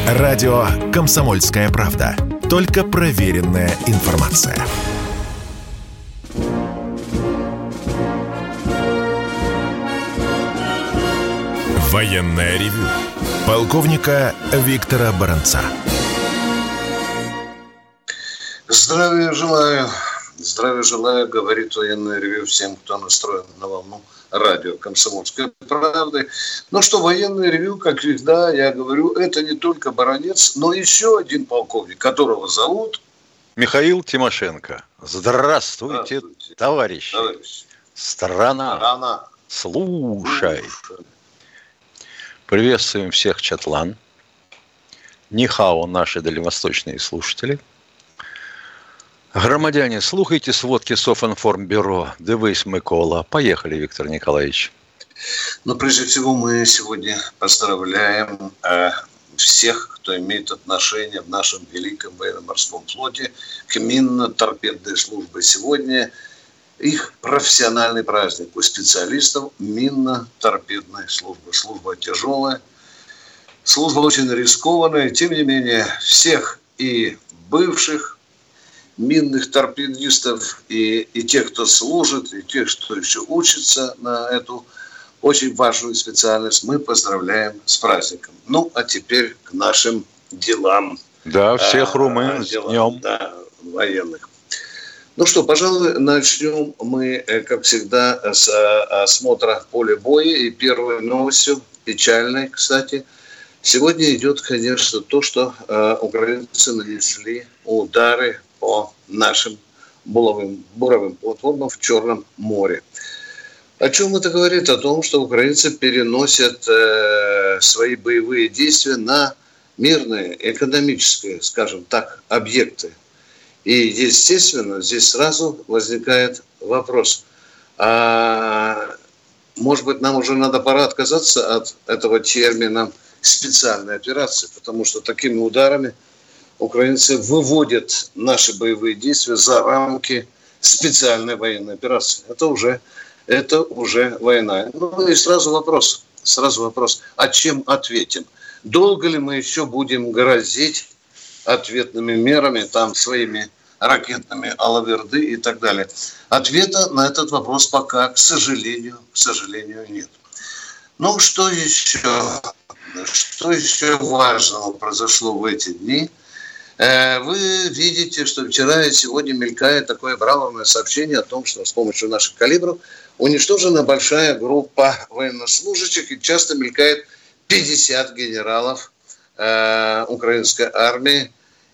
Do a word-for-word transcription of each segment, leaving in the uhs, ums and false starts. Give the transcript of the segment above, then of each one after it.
Радио «Комсомольская правда». Только проверенная информация. Военное ревю полковника Виктора Баранца. Здравия желаю. Здравия желаю, говорит военное ревю всем, кто настроен на волну радио «Комсомольской правды». Ну что, военное ревю, как всегда, я говорю, это не только Баранец, но еще один полковник, которого зовут... Михаил Тимошенко. Здравствуйте, Здравствуйте. товарищи. Товарищ. Страна. Страна. Слушай. Слушай. Приветствуем всех, Чатлан. Нихао, наши дальневосточные слушатели. Громадяне, слухайте сводки Софинформбюро. Дивись, Микола. Поехали, Виктор Николаевич. Ну, прежде всего, мы сегодня поздравляем э, всех, кто имеет отношение в нашем великом военно-морском флоте к минно-торпедной службе. Сегодня их профессиональный праздник у специалистов минно-торпедной службы. Служба тяжелая, служба очень рискованная. Тем не менее, всех и бывших минных торпедистов, и, и тех, кто служит, и тех, кто еще учится на эту очень важную специальность, мы поздравляем с праздником. Ну, а теперь к нашим делам. Да, всех румын с днем. Да, военных. Ну что, пожалуй, начнем мы, как всегда, с осмотра поля боя. И первой новостью, печальной, кстати, сегодня идет, конечно, то, что э, украинцы нанесли удары по нашим буловым, буровым платформам в Черном море. О чем это говорит? О том, что украинцы переносят э, свои боевые действия на мирные, экономические, скажем так, объекты. И, естественно, здесь сразу возникает вопрос. А может быть, нам уже надо пора отказаться от этого термина специальной операции, потому что такими ударами украинцы выводят наши боевые действия за рамки специальной военной операции. Это уже, это уже война. Ну и сразу вопрос, сразу вопрос, а чем ответим? Долго ли мы еще будем грозить ответными мерами, там, своими ракетными алаверды и так далее? Ответа на этот вопрос пока, к сожалению, к сожалению, нет. Ну, что еще? Что еще важного произошло в эти дни? Вы видите, что вчера и сегодня мелькает такое бравурное сообщение о том, что с помощью наших калибров уничтожена большая группа военнослужащих, и часто мелькает пятьдесят генералов э, украинской армии.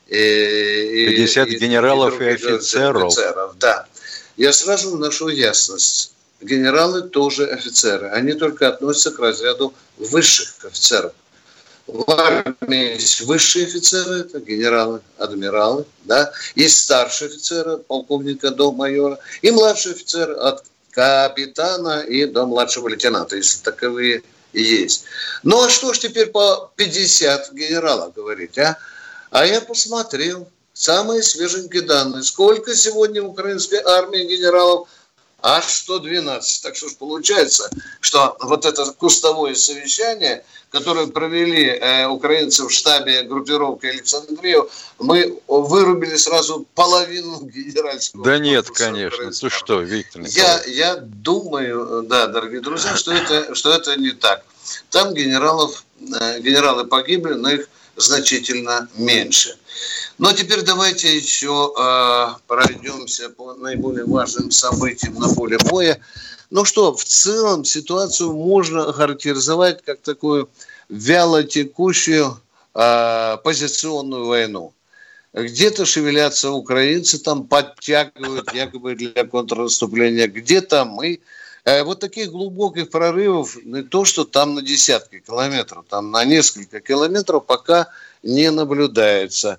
И, пятьдесят и, генералов и, и офицеров. офицеров. Да. Я сразу вношу ясность. Генералы тоже офицеры. Они только относятся к разряду высших офицеров. В армии есть высшие офицеры, это генералы, адмиралы, да, есть старшие офицеры, от полковника до майора, и младшие офицеры от капитана и до младшего лейтенанта, если таковые и есть. Ну а что ж теперь по пятьдесят генералов говорить, а? А я посмотрел самые свеженькие данные. Сколько сегодня в украинской армии генералов? Аж сто двенадцать. Так что ж получается, что вот это кустовое совещание, которое провели э, украинцы в штабе группировки Александрия, мы вырубили сразу половину генеральского. Да нет, конечно. Ты что, Виктор Николаевич? Я, я думаю, да, дорогие друзья, что это, что это не так. Там генералов, э, генералы погибли, но их значительно меньше. Но теперь давайте еще э, пройдемся по наиболее важным событиям на поле боя. Ну что, в целом ситуацию можно охарактеризовать как такую вялотекущую э, позиционную войну. Где-то шевелятся украинцы, там подтягивают якобы для контрнаступления, где-то мы. Э, вот таких глубоких прорывов, не то что там на десятки километров, там на несколько километров пока не наблюдается.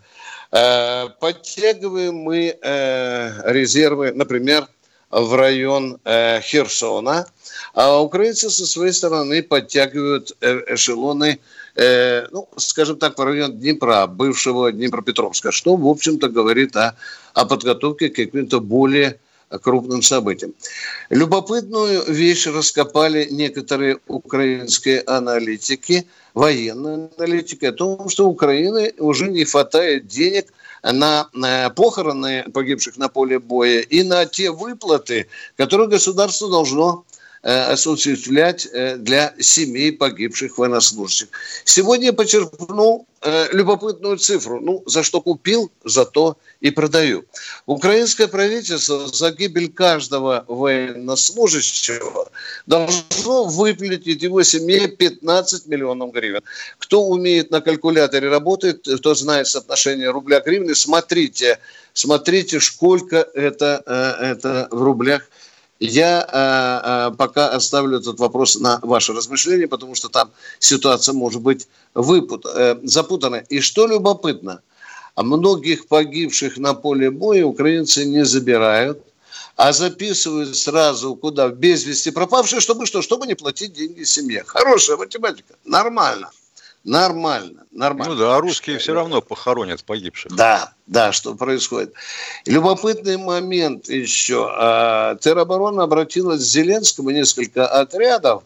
Подтягиваем мы э, резервы, например, в район э, Херсона, а украинцы со своей стороны подтягивают эшелоны, э, ну, скажем так, в район Днепра, бывшего Днепропетровска, что, в общем-то, говорит о, о подготовке к каким-то более крупным событием. Любопытную вещь раскопали некоторые украинские аналитики, военные аналитики, о том, что у Украины уже не хватает денег на похороны погибших на поле боя и на те выплаты, которые государство должно осуществлять для семей погибших военнослужащих. Сегодня я почерпнул э, любопытную цифру. Ну, за что купил, за то и продаю. Украинское правительство за гибель каждого военнослужащего должно выплатить его семье пятнадцать миллионов гривен. Кто умеет на калькуляторе работать, кто знает соотношение рубля-гривны, смотрите, смотрите, сколько это, э, это в рублях. Я э, э, пока оставлю этот вопрос на ваше размышление, потому что там ситуация может быть выпут, э, запутанная. И что любопытно, многих погибших на поле боя украинцы не забирают, а записывают сразу куда? В без вести пропавшие, чтобы что? Чтобы не платить деньги семье. Хорошая математика. Нормально. Нормально, нормально. Ну да, а русские все равно похоронят погибших. Да, да, что происходит. Любопытный момент еще. Тероборона обратилась к Зеленскому, несколько отрядов.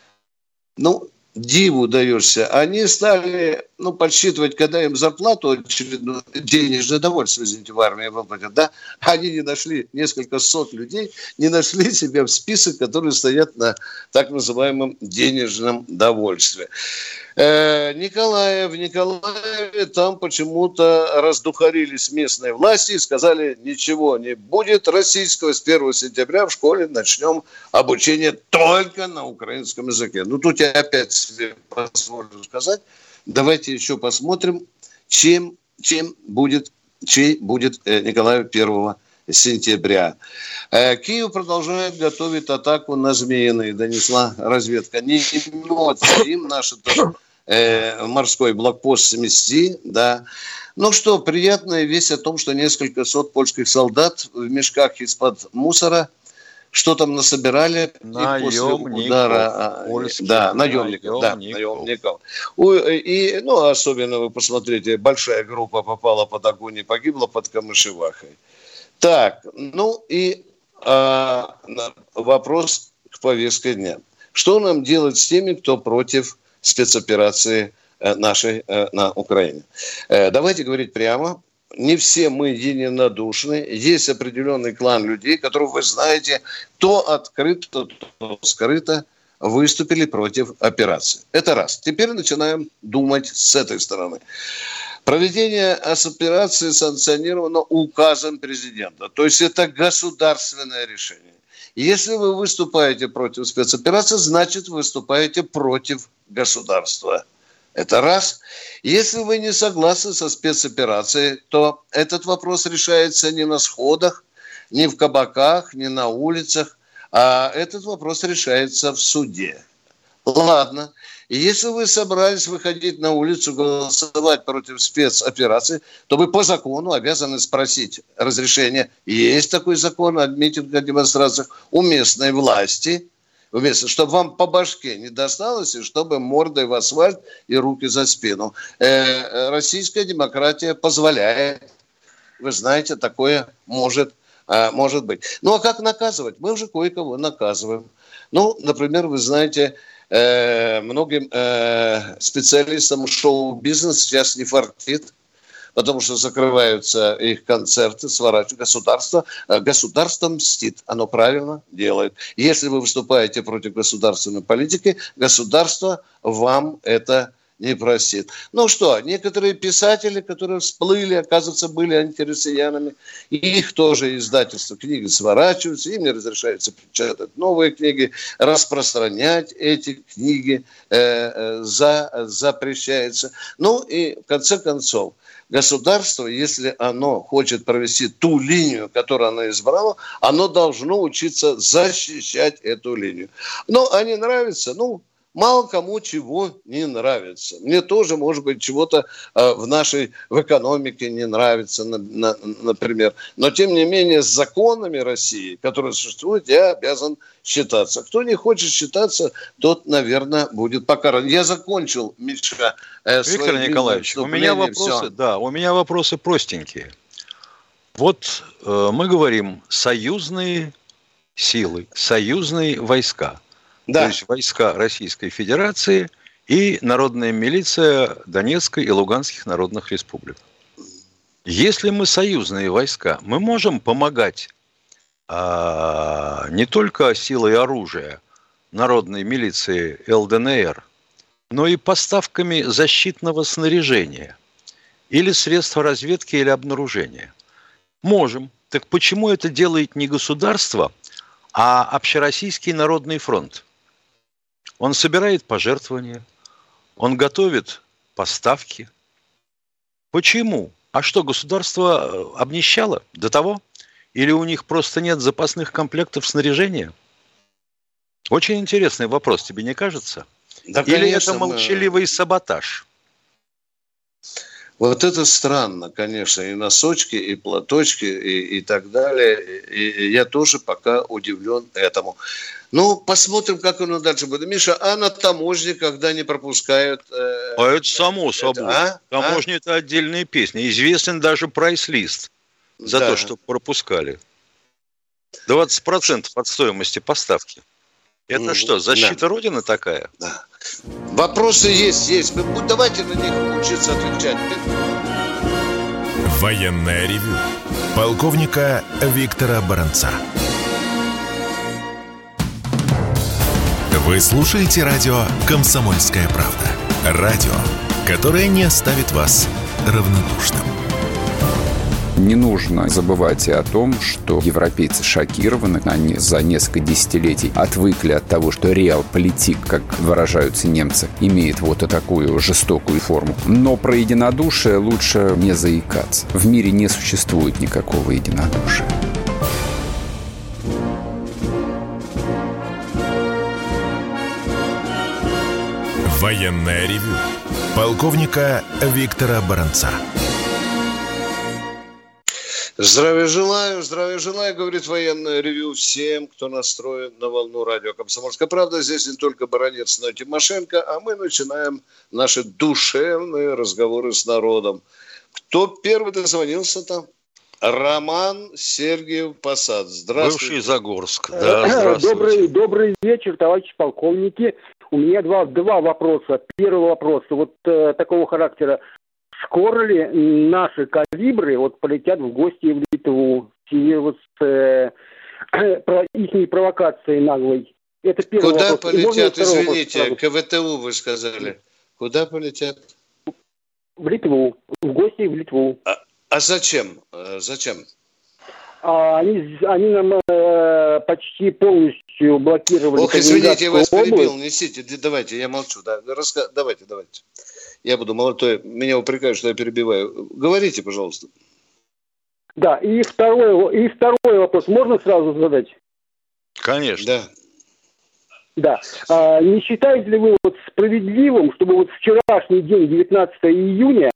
Ну, диву даешься. Они стали, ну, подсчитывать, когда им зарплату, очередную, денежное довольствие, извините, в армии выплатят, да? Они не нашли, несколько сот людей, не нашли себя в список, которые стоят на так называемом денежном довольстве. Николаев, в Николаеве там почему-то раздухарились местные власти и сказали, ничего не будет российского, с первого сентября в школе начнем обучение только на украинском языке. Ну, тут я опять себе позволю сказать, давайте еще посмотрим, чем, чем будет, чей будет Николаев первого сентября. Киев продолжает готовить атаку на Змеиный, донесла разведка. Не имется им наш э, морской блокпост смести, да. Ну что, приятная весть о том, что несколько сот польских солдат в мешках из-под мусора что там насобирали после удара. Польских, да, наемников. Да, наемников. И, ну, особенно вы посмотрите, большая группа попала под огонь и погибла под Камышевахой. Так, ну и а, вопрос к повестке дня. Что нам делать с теми, кто против спецоперации нашей на Украине? Давайте говорить прямо. Не все мы единодушны. Есть определенный клан людей, которых вы знаете, то открыто, то скрыто выступили против операции. Это раз. Теперь начинаем думать с этой стороны. Проведение операции санкционировано указом президента. То есть это государственное решение. Если вы выступаете против спецоперации, значит выступаете против государства. Это раз. Если вы не согласны со спецоперацией, то этот вопрос решается не на сходах, не в кабаках, не на улицах, а этот вопрос решается в суде. Ладно. И если вы собрались выходить на улицу, голосовать против спецоперации, то вы по закону обязаны спросить разрешение. Есть такой закон о митингах, демонстрациях у местной власти, чтобы вам по башке не досталось, и чтобы мордой в асфальт и руки за спину. Э, российская демократия позволяет. Вы знаете, такое может, э, может быть. Ну а как наказывать? Мы уже кое-кого наказываем. Ну, например, вы знаете, э, многим э, специалистам шоу-бизнеса сейчас не фартит, потому что закрываются их концерты, сворачивают государство. Государство мстит, оно правильно делает. Если вы выступаете против государственной политики, государство вам это не простит. Ну что, некоторые писатели, которые всплыли, оказывается, были антироссиянами, и их тоже издательство книги сворачиваются, им не разрешается печатать новые книги, распространять эти книги э, э, за, запрещается. Ну и в конце концов, государство, если оно хочет провести ту линию, которую оно избрало, оно должно учиться защищать эту линию. Но а не нравится, ну, мало кому чего не нравится. Мне тоже, может быть, чего-то э, в нашей в экономике не нравится, на, на, например. Но, тем не менее, с законами России, которые существуют, я обязан считаться. Кто не хочет считаться, тот, наверное, будет покаран. Я закончил, Миша, э, Виктор Николаевич, у меня вопросы, да, у меня вопросы простенькие. Вот э, мы говорим союзные силы, союзные войска. Да. То есть войска Российской Федерации и народная милиция Донецкой и Луганских народных республик. Если мы союзные войска, мы можем помогать а, не только силой оружия народной милиции эл дэ эн эр, но и поставками защитного снаряжения или средств разведки или обнаружения. Можем. Так почему это делает не государство, а Общероссийский народный фронт? Он собирает пожертвования, он готовит поставки. Почему? А что, государство обнищало до того? Или у них просто нет запасных комплектов снаряжения? Очень интересный вопрос, тебе не кажется? Да, Или конечно, это молчаливый мы... саботаж? Вот это странно, конечно, и носочки, и платочки, и, и так далее. И, и я тоже пока удивлен этому. Ну, посмотрим, как оно дальше будет. Миша, а на таможне, когда не пропускают... Э, а это само собой. Это, а? Таможня а? Это отдельная песня. Известен даже прайс-лист за да. то, что пропускали. двадцать процентов от стоимости поставки. Это mm-hmm. что, защита да. Родины такая? Да. Вопросы есть, есть. Давайте на них учиться отвечать. Военное ревю полковника Виктора Баранца. Вы слушаете радио «Комсомольская правда». Радио, которое не оставит вас равнодушным. Не нужно забывать и о том, что европейцы шокированы. Они за несколько десятилетий отвыкли от того, что реалполитик, как выражаются немцы, имеет вот такую жестокую форму. Но про единодушие лучше не заикаться. В мире не существует никакого единодушия. Военное ревю полковника Виктора Баранца. Здравия желаю, здравия желаю, говорит военное ревю всем, кто настроен на волну радио «Комсомольская правда». Здесь не только Баранец, но и Тимошенко, а мы начинаем наши душевные разговоры с народом. Кто первый дозвонился там? Роман Сергиев Посад. Здравствуйте. Бывший Загорск. Да, здравствуйте. Добрый, добрый вечер, товарищи полковники. У меня два, два вопроса. Первый вопрос вот э, такого характера. Скоро ли наши калибры вот полетят в гости в Литву в связи вот с э, про их провокацией наглой? Это первый Куда вопрос. полетят, извините, ка вэ тэ у вы сказали. Куда полетят? В Литву, в гости в Литву. А, а зачем? А, зачем? А, они, они нам э, почти полностью блокировали. Ох, извините, я вас область. перебил, несите, давайте, я молчу. Да, раска... Давайте, давайте. Я буду молодой, меня упрекают, что я перебиваю. Говорите, пожалуйста. Да, и второй, и второй вопрос можно сразу задать? Конечно. Да. Да. А, не считаете ли вы вот справедливым, чтобы вот вчерашний день, девятнадцатого июня,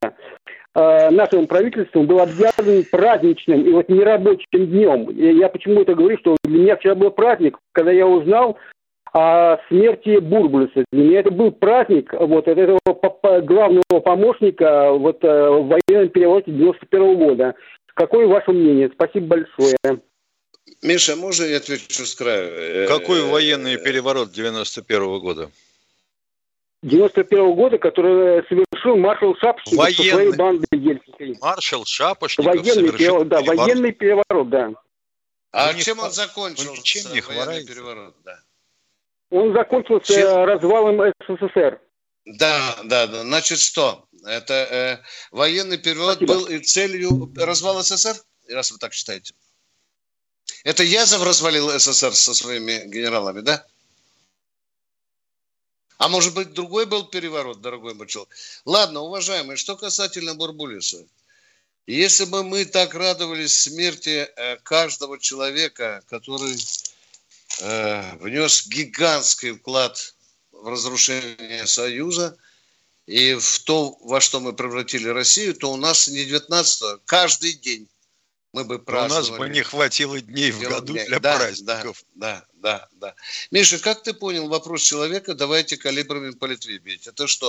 а, нашим правительством был объявлен праздничным и вот нерабочим днем? Я, я почему это говорю, что для меня вчера был праздник, когда я узнал о смерти Бурбулиса. Для меня это был праздник вот от этого главного помощника вот, в военном перевороте девяносто первого года. Какое ваше мнение? Спасибо большое. Миша, можно я отвечу с краю? Какой военный переворот девяносто первого года? девяносто первого года, который совершил маршал Шапошников военный. со своей бандой Ельцинской. Маршал Шапошников военный совершил переворот, да, переворот. Военный переворот, да. А ну, чем не, он закончился? Ну, ничем не военный переворот, да. Он закончился Чем? развалом эс эс эс эр. Да, да, да. Значит, что? Это э, военный переворот Спасибо. Был и целью развала эс эс эс эр, раз вы так считаете. Это Язов развалил эс эс эс эр со своими генералами, да? А может быть, другой был переворот, дорогой мой человек? Ладно, уважаемые, что касательно Бурбулиса. Если бы мы так радовались смерти э, каждого человека, который э, внес гигантский вклад в разрушение Союза и в то, во что мы превратили Россию, то у нас не девятнадцатого, каждый день мы бы праздновали. У нас бы не хватило дней в году дней. для да, праздников. Да, да, да, да. Миша, как ты понял вопрос человека, давайте калибрами по Литве бить? Это что,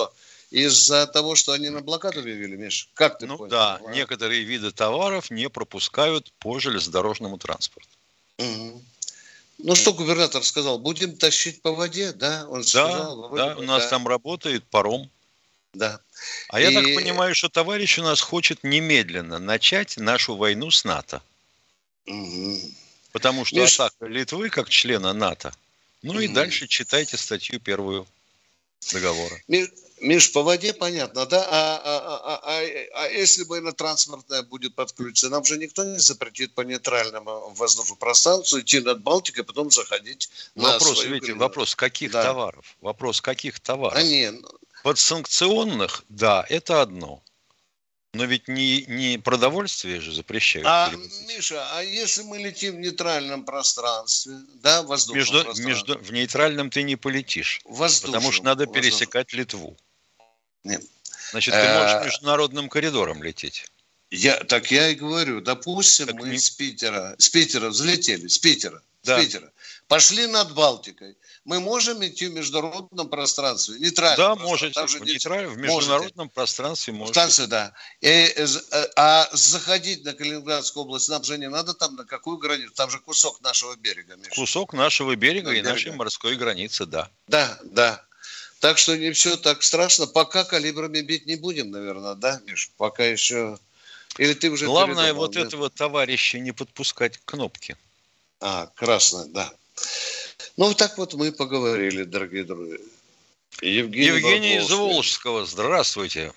из-за того, что они на блокаду объявили, Миш? Как ты ну, понял? да, А? некоторые виды товаров не пропускают по железнодорожному транспорту. Угу. Ну, что губернатор сказал? Будем тащить по воде, да? Он да, сказал, да, у нас да. там работает паром. Да. А и... я так понимаю, что товарищ у нас хочет немедленно начать нашу войну с НАТО. Угу. Потому что Миш... атака Литвы как члена НАТО. Ну угу. и дальше читайте статью первую договора. Миш... Миш, по воде понятно, да? А, а, а, а, а если военно-транспортная будет подключена, нам же никто не запретит по нейтральному воздушному пространству идти над Балтикой, потом заходить вопрос, на свою видите, границу. Вопрос каких да. товаров? Вопрос каких товаров? А нет. Подсанкционных, да, это одно. Но ведь не, не продовольствие же запрещают. А, перевозить. Миша, а если мы летим в нейтральном пространстве, да, воздушном между, пространстве? Между, в нейтральном ты не полетишь. Воздушном, потому что надо воздушном. пересекать Литву. Нет. Значит, ты можешь международным коридором лететь. Я, так я и говорю, допустим, так мы не... с Питера, с Питера взлетели, с Питера, да. с Питера, пошли над Балтикой. Мы можем идти в международном пространстве, нейтральном. Да, можете. В, нейтраль... в международном можете. пространстве можете. Станция, да. И, а заходить на Калининградскую область нам же не надо там на какую границу? Там же кусок нашего берега. Миша. Кусок нашего берега и берега. нашей морской границы, да. Да, да. Так что не все так страшно. Пока калибрами бить не будем, наверное, да, Миш? Пока еще... Или ты уже Главное передумал, вот нет? этого товарища не подпускать к кнопке. А, красная, да. Ну, вот так вот мы поговорили, дорогие друзья. Евгений, Евгений из Волжского, здравствуйте.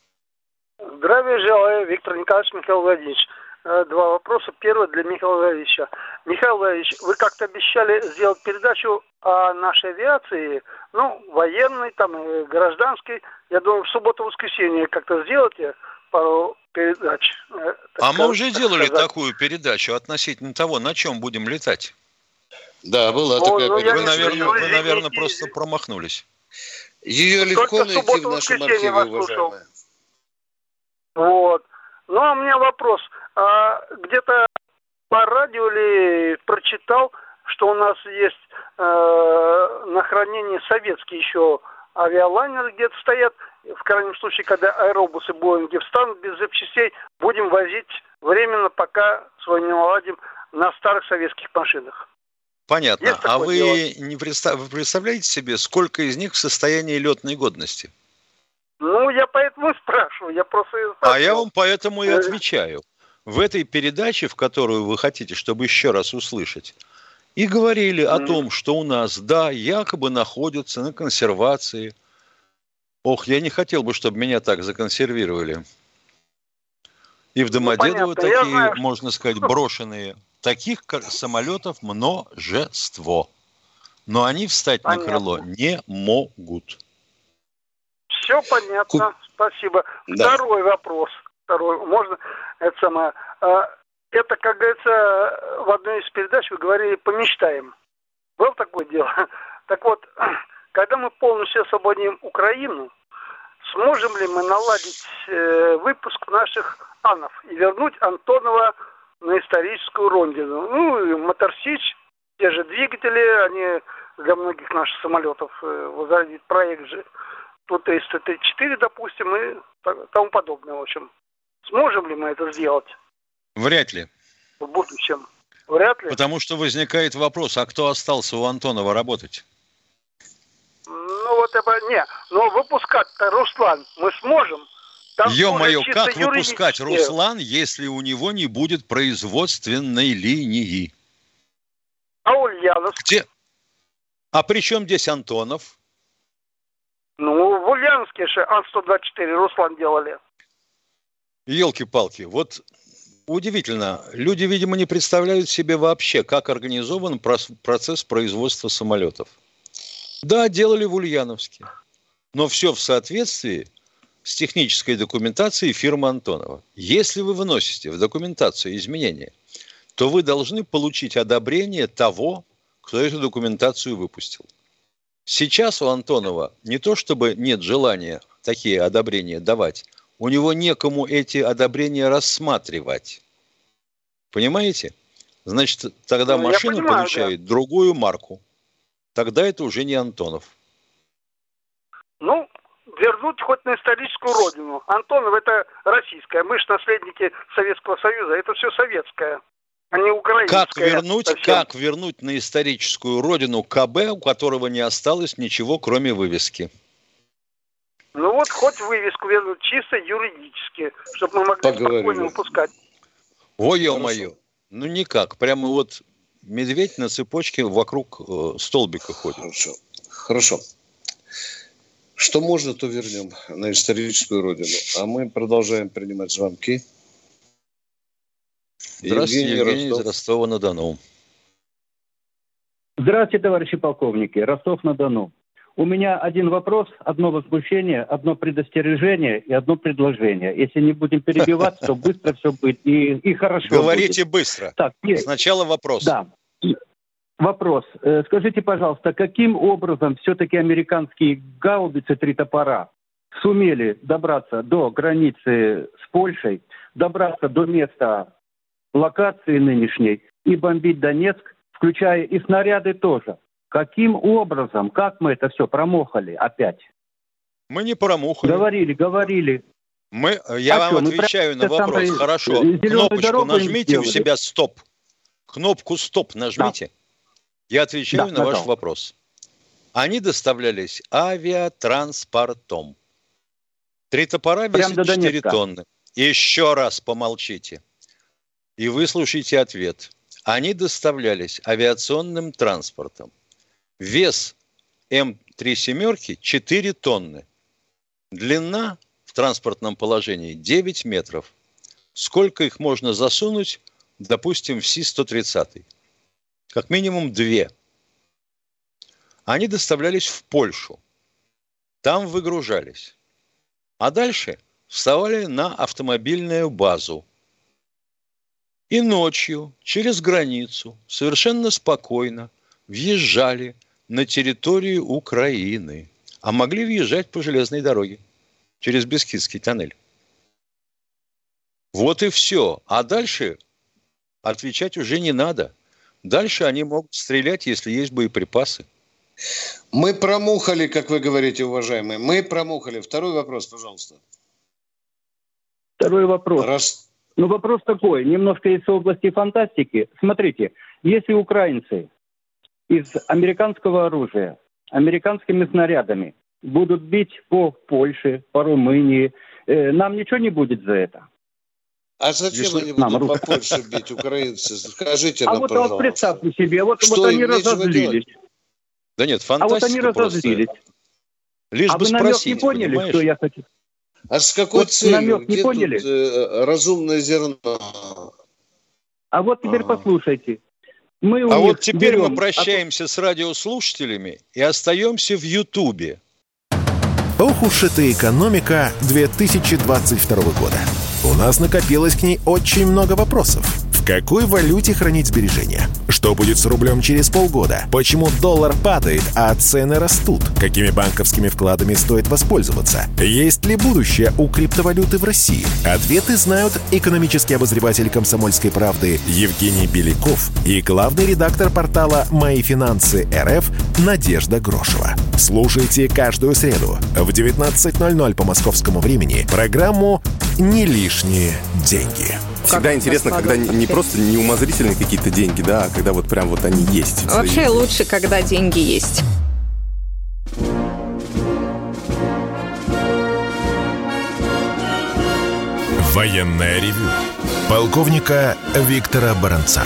Здравия желаю, Виктор Николаевич, Михаил Владимирович. Два вопроса. Первый для Михаила Владимировича. Михаил Владимирович, вы как-то обещали сделать передачу о нашей авиации, ну, военной, там, и гражданской. Я думаю, в субботу-воскресенье как-то сделайте пару передач. А мы уже делали сказать. такую передачу относительно того, на чем будем летать. Да, была ну, такая ну, передача. Вы, наверное, вы, наверное, просто промахнулись. Ее легко найти в нашем архиве, уважаемые. Вот. Ну, а у меня вопрос. А где-то по радио ли прочитал, что у нас есть э, на хранении советские еще авиалайнеры где-то стоят. В крайнем случае, когда аэробусы Боинги встанут без запчастей, будем возить временно, пока свой не наладим, на старых советских машинах. Понятно. А вы дело? не представ... вы представляете себе, сколько из них в состоянии летной годности? Ну, я поэтому и спрашиваю. Я просто и а я вам поэтому и отвечаю. В этой передаче, в которую вы хотите, чтобы еще раз услышать, и говорили mm. о том, что у нас, да, якобы находятся на консервации. Ох, я не хотел бы, чтобы меня так законсервировали. И в Домодедово ну, такие, знаю, можно сказать, брошенные. Таких самолетов множество. Но они встать понятно. на крыло не могут. Все понятно, спасибо. Да. Второй вопрос. Второй, можно, это самое. Это, как говорится, в одной из передач вы говорили, помечтаем. Было такое дело? Так вот, когда мы полностью освободим Украину, сможем ли мы наладить выпуск наших Анов и вернуть Антонова на историческую родину? Ну, и Моторсич, те же двигатели, они для многих наших самолетов возродит проект же. Тут триста тридцать четыре, допустим, и тому подобное, в общем. Сможем ли мы это сделать? Вряд ли. В будущем? Вряд ли. Потому что возникает вопрос, а кто остался у Антонова работать? Ну вот это, не, но выпускать-то Руслан мы сможем. Ё-моё, как выпускать Руслан, если у него не будет производственной линии? А Ульяновск? Где? А при чем здесь Антонов? Ну, в Ульяновске же Ан сто двадцать четыре Руслан делали. Елки-палки, вот удивительно. Люди, видимо, не представляют себе вообще, как организован процесс производства самолетов. Да, делали в Ульяновске. Но все в соответствии с технической документацией фирмы Антонова. Если вы выносите в документацию изменения, то вы должны получить одобрение того, кто эту документацию выпустил. Сейчас у Антонова не то чтобы нет желания такие одобрения давать, у него некому эти одобрения рассматривать. Понимаете? Значит, тогда ну, машина понимаю, получает да. другую марку. Тогда это уже не Антонов. Ну, вернуть хоть на историческую родину. Антонов это российское, мы же наследники Советского Союза, это все советское, а не украинское. Как вернуть, как вернуть на историческую родину КБ, у которого не осталось ничего, кроме вывески? Ну вот хоть вывеску вернуть чисто юридически, чтобы мы могли Поговорили. спокойно выпускать. Ой, ё-моё. Ну никак, прямо вот медведь на цепочке вокруг э, столбика ходит. Хорошо, хорошо. Что можно, то вернем на историческую родину. А мы продолжаем принимать звонки. Здравствуйте, Евгений, Евгений Ростов. из Ростова-на-Дону. Здравствуйте, товарищи полковники. Ростов-на-Дону. У меня один вопрос, одно возмущение, одно предостережение и одно предложение. Если не будем перебиваться, то быстро все будет и, и хорошо Говорите будет. быстро. Так, Сначала вопрос. Да. Вопрос. Скажите, пожалуйста, каким образом все-таки американские гаубицы «Три топора» сумели добраться до границы с Польшей, добраться до места локации нынешней и бомбить Донецк, включая и снаряды тоже? Каким образом? Как мы это все промохали опять? Мы не промухали. Говорили, говорили. Мы, я а вам что, отвечаю на вопрос. Самой... Хорошо. Кнопочку нажмите у себя «Стоп». Кнопку «Стоп» нажмите. Да. Я отвечаю да, на нажал. ваш вопрос. Они доставлялись авиатранспортом. Три топора весят четыре тонны. Еще раз помолчите. И выслушайте ответ. Они доставлялись авиационным транспортом. Вес эм три семерки четыре тонны. Длина в транспортном положении девять метров. Сколько их можно засунуть, допустим, в Си сто тридцать? Как минимум две. Они доставлялись в Польшу. Там выгружались. А дальше вставали на автомобильную базу. И ночью через границу совершенно спокойно въезжали на территорию Украины. А могли въезжать по железной дороге через Бескидский тоннель. Вот и все. А дальше отвечать уже не надо. Дальше они могут стрелять, если есть боеприпасы. Мы промухали, как вы говорите, уважаемые. Мы промухали. Второй вопрос, пожалуйста. Второй вопрос. Раз... Ну, вопрос такой, немножко из области фантастики. Смотрите, если украинцы из американского оружия, американскими снарядами будут бить по Польше, по Румынии, э, нам ничего не будет за это? А зачем они будут нам, по Польше бить, украинцы? Скажите а нам, вот, пожалуйста. А вот представьте себе, вот, вот они разозлились. Да нет, фантастика. А вот они разозлились. Лишь а бы вы спросить, намек не поняли, понимаешь? что я хочу? А с какой вот целью? Намек не Где поняли? Тут, э, разумное зерно? А вот теперь А-а-а. послушайте. Мы а вот теперь берем... мы прощаемся а... с радиослушателями и остаемся в Ютубе. Ох уж эта экономика две тысячи двадцать второго года. У нас накопилось к ней очень много вопросов. В какой валюте хранить сбережения? Что будет с рублем через полгода? Почему доллар падает, а цены растут? Какими банковскими вкладами стоит воспользоваться? Есть ли будущее у криптовалюты в России? Ответы знают экономический обозреватель «Комсомольской правды» Евгений Беляков и главный редактор портала «Мои финансы РФ» Надежда Грошева. Слушайте каждую среду в девятнадцать ноль ноль по московскому времени программу «Не лишние деньги». Всегда интересно, когда не просто неумозрительные какие-то деньги, да, а когда вот прям вот они есть. Вообще лучше, когда деньги есть. Военное ревю полковника Виктора Баранца.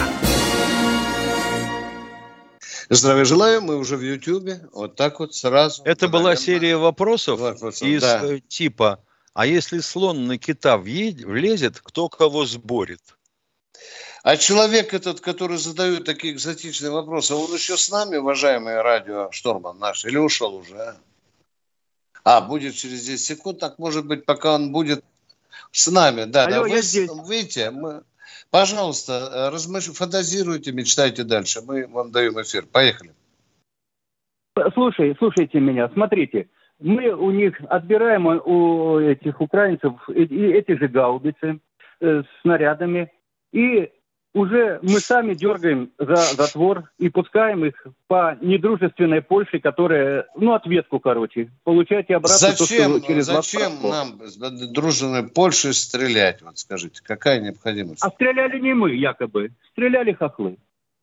Здравия желаю, мы уже в Ютьюбе. Вот так вот сразу. Это была серия вопросов, вопросов из да. типа: а если слон на кита влезет, кто кого сборит? А человек этот, который задает такие экзотичные вопросы, он еще с нами, уважаемый радиоштурман наш, или ушел уже? А, а будет через десять секунд, так может быть, пока он будет с нами. Да, Алло, да, вы здесь. Видите, мы... Пожалуйста, размыш... фантазируйте, мечтайте дальше. Мы вам даем эфир. Поехали. Слушай, слушайте меня, смотрите. Мы у них отбираем, у этих украинцев, эти же гаубицы э, с снарядами. И уже мы сами дергаем за затвор и пускаем их по недружественной Польше, которая, ну, ответку, короче. Получайте обратно зачем, то, что через вас Зачем прошло. нам с дружественной Польшей стрелять? Вот скажите, какая необходимость? А стреляли не мы, якобы. Стреляли хохлы.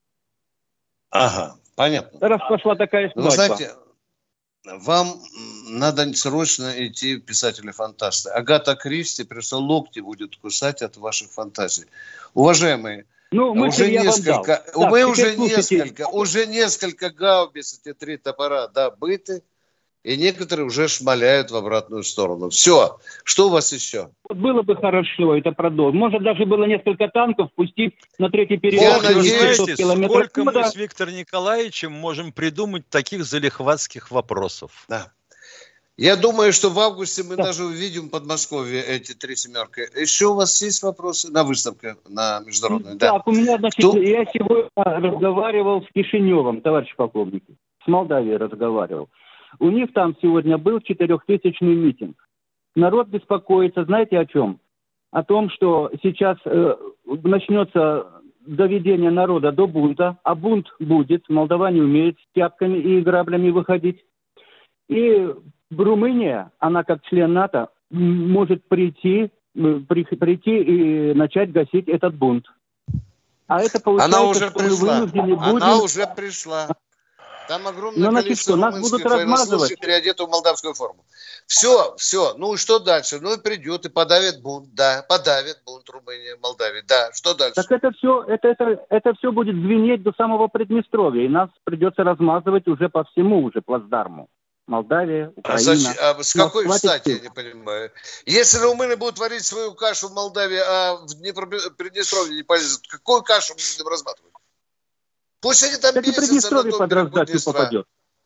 Ага, понятно. Раз пошла такая свадьба. Вы знаете, вам надо срочно идти в писатели-фантасты. Агата Кристи просто локти будет кусать от ваших фантазий. Уважаемые, ну, уже несколько, так, мы уже слушайте. несколько, уже несколько гаубиц, эти три топора добыты, и некоторые уже шмаляют в обратную сторону. Все. Что у вас еще? Вот было бы хорошо это продолжить. Может, даже было несколько танков пустить на третий период. Я надеюсь, сколько мы с Виктором Николаевичем можем придумать таких залихватских вопросов. Да. Я думаю, что в августе мы да. даже увидим в Подмосковье эти три семерки. Еще у вас есть вопросы на выставке, на международной? Так, да. у меня, значит, Кто? я сегодня разговаривал с Кишиневым, товарищ полковник, с Молдавией разговаривал. У них там сегодня был четырехтысячный митинг. Народ беспокоится, знаете о чем? О том, что сейчас э, начнется доведение народа до бунта, а бунт будет, молдаване умеют с тяпками и граблями выходить. И Румыния, она как член НАТО, может прийти, при, прийти и начать гасить этот бунт. А это получается, она уже что пришла. мы вынуждены будем... Она уже пришла. Там огромное ну, количество значит, румынских военнослужащих переодетых в молдавскую форму. Все, все. Ну и что дальше? Ну и придет и подавит бунт. Да, подавит бунт Румыния, Молдавии. Да, что дальше? Так это все, это, это, это все будет звенеть до самого Приднестровья. И нас придется размазывать уже по всему уже плацдарму. Молдавия, Украина. А, зачем, а с какой ну, стати, я не понимаю? Если румыны будут варить свою кашу в Молдавии, а в Приднестровье не полезут, какую кашу мы будем разматывать? Пусть они там бесятся. Приднестровье под раздачу попадет.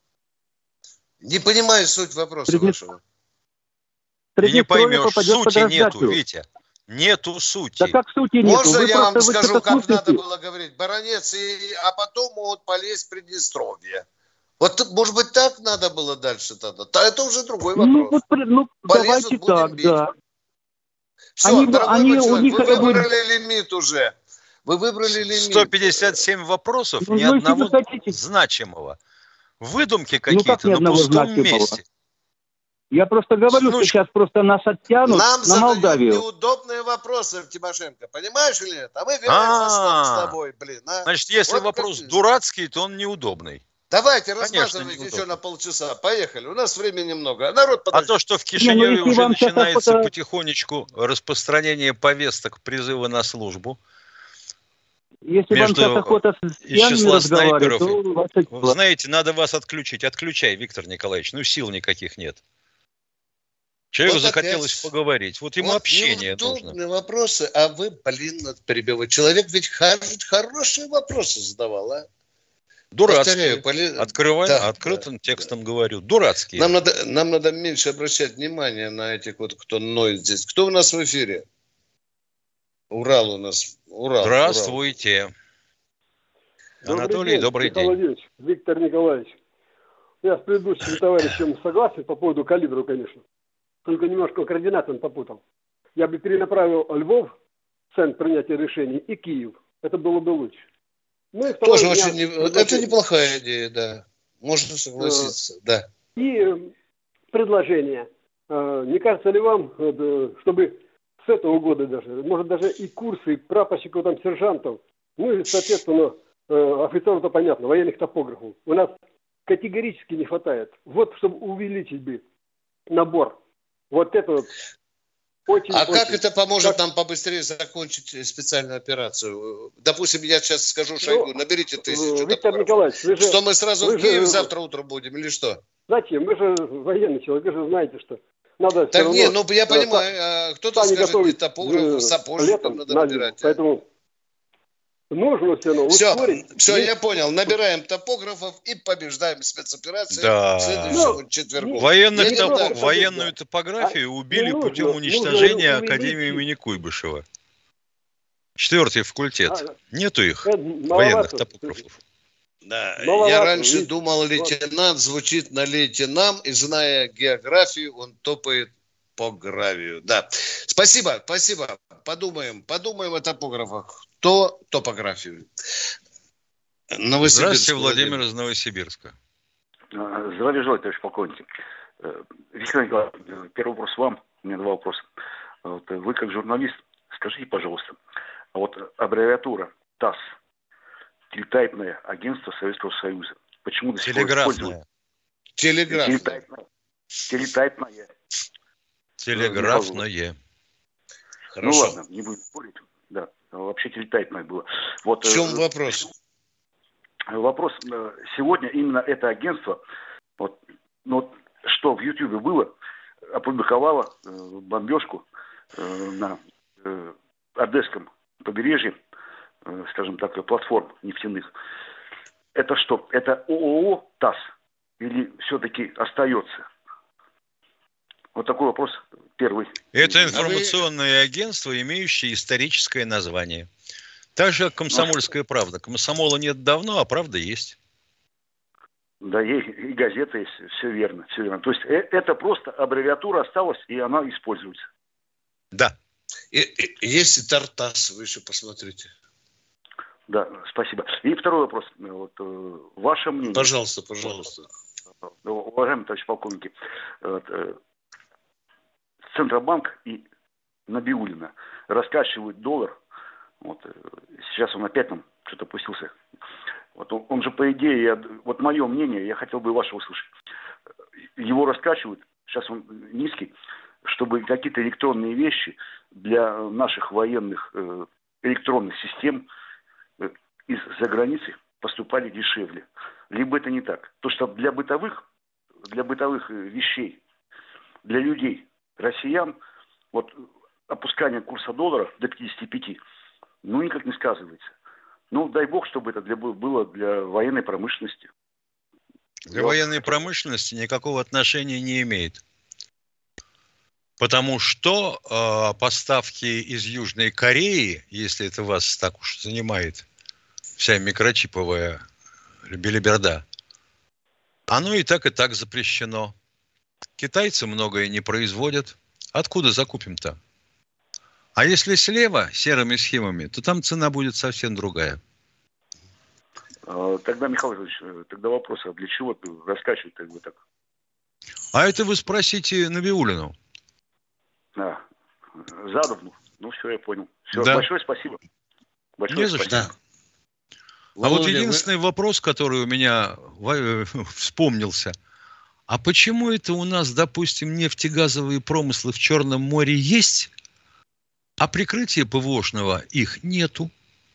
Не понимаю суть вопроса Приднест... вашего. Ты не поймешь, сути нету, Витя. Нету сути. Да как сути нету? Можно Вы я вам скажу, как слушаете? надо было говорить? Баронец, и... а потом могут полезть в Приднестровье. Вот, может быть, так надо было дальше тогда? Это уже другой вопрос. Ну, вот, ну давайте так, бить. Да. Все, они, дорогой они, человек, них вы выбрали будет... лимит уже. Вы выбрали лимит. сто пятьдесят семь вопросов, ну, ни одного значимого. Выдумки какие-то ну, на пустом месте. Я просто говорю, ну, что сейчас просто нас оттянут нам на Молдавию. Нам задают неудобные вопросы, Тимошенко. Понимаешь или нет? А мы вернемся с тобой, блин. А? Значит, если вот вопрос как... дурацкий, то он неудобный. Давайте, рассматривайте еще на полчаса. Поехали. У нас времени немного. Народ подожди. А то, что в Кишиневе ну, уже начинается фото... потихонечку распространение повесток призыва на службу. Если между вам охота с из числа снайперов. То... Вы знаете, надо вас отключить. Отключай, Виктор Николаевич. Ну, сил никаких нет. Человеку вот захотелось опять. поговорить. Вот ему вот общение нужно. Вопросы, а вы, блин, надо перебивать. Человек ведь хорошие вопросы задавал, а? Дурацкие. Поли... Открывай, да, открытым да, текстом да. говорю. Дурацкие. Нам надо, нам надо меньше обращать внимание на этих вот, кто ноет здесь. Кто у нас в эфире? Урал у нас. Урал. Здравствуйте. Добрый Анатолий, день, добрый Михаил день. Виктор Николаевич. Я с предыдущим товарищем согласен по поводу калибра, конечно. Только немножко координат он попутал. Я бы перенаправил Львов, центр принятия решений, и Киев. Это было бы лучше. Ну, тоже очень не... Это неплохая идея, да. Можно согласиться, да. И предложение. Не кажется ли вам, чтобы с этого года даже, может даже и курсы прапорщиков, там, сержантов, ну и, соответственно, офицеров-то понятно, военных топографов, у нас категорически не хватает. Вот, чтобы увеличить бы набор. Вот это вот. Очень, а очень. как это поможет как... нам побыстрее закончить специальную операцию? Допустим, я сейчас скажу Шойгу, ну, наберите тысячу. Виктор Николаевич, вы же, что мы сразу вы в Киев же... завтра утром будем или что? Зачем? Вы же военный человек, вы же знаете, что надо... Так не, ну я да, понимаю, а кто-то скажет, не топограф, сапожников надо набирать. Поэтому нужно все равно ускорить. Все, все, я понял. Набираем топографов и побеждаем спецоперацию да. следующему ну, четвергу. Военных топ... Военную топографию а, убили нужно, путем уничтожения нужно Академии имени Куйбышева. Четвертый факультет. А, Нету их, военных топографов. Да, маловато, я раньше видите? думал, лейтенант звучит на лейтенант, и зная географию, он топает топографию. Да. Спасибо, спасибо. Подумаем, подумаем о топографах. То топографию. Здравствуйте, Владимир из Новосибирска. Здравия желаю, товарищ полковник. Виктор Николаевич, первый вопрос вам. У меня два вопроса. Вот вы как журналист, скажите, пожалуйста, а вот аббревиатура ТАСС, телетайпное агентство Советского Союза, почему до сих пор используют? Телеграфное. Телетайпное. Телетайпное. Телеграфное. Ну ладно, не будем спорить. Да, вообще телетайпное было. Вот, в чем э, вопрос? Вопрос. Сегодня именно это агентство, вот, ну, вот, что в Ютьюбе было, опубликовало э, бомбежку э, на э, Одесском побережье, э, скажем так, платформ нефтяных. Это что? Это ООО ТАСС или все-таки остается? Вот такой вопрос первый. Это информационное агентство, имеющее историческое название. Так же, как «Комсомольская правда». Комсомола нет давно, а правда есть. Да, и, и газета есть, все верно, все верно. То есть э, это просто аббревиатура осталась, и она используется. Да. И, и, есть и Тартас, вы еще посмотрите. Да, спасибо. И второй вопрос. Вот, э, ваше мнение. Пожалуйста, пожалуйста. Уважаемые товарищи полковники, вот, э, Центробанк и Набиуллина раскачивают доллар. Вот, э, сейчас он опять там что-то пустился. Вот он, он же, по идее, я, вот мое мнение, я хотел бы ваше услышать. Его раскачивают, сейчас он низкий, чтобы какие-то электронные вещи для наших военных э, электронных систем э, из-за границы поступали дешевле. Либо это не так. То, что для бытовых, для бытовых вещей, для людей, россиян, вот опускание курса доллара до пятидесяти пяти, ну, никак не сказывается. Ну, дай бог, чтобы это для, было для военной промышленности. Для вот. Военной промышленности никакого отношения не имеет. Потому что э, поставки из Южной Кореи, если это вас так уж занимает, вся микрочиповая белиберда, оно и так, и так запрещено. Китайцы многое не производят. Откуда закупим-то? А если слева, серыми схемами, то там цена будет совсем другая. Тогда, Михаил Ильич, тогда вопрос, а для чего раскачивать как бы так? А это вы спросите Набиуллину. А, Задовну. Ну, все, я понял. Все, да. Большое спасибо. Большое Не за что. Да. А Володя, вот единственный вы... вопрос, который у меня вспомнился. А почему это у нас, допустим, нефтегазовые промыслы в Черном море есть, а прикрытия ПВОшного их нету?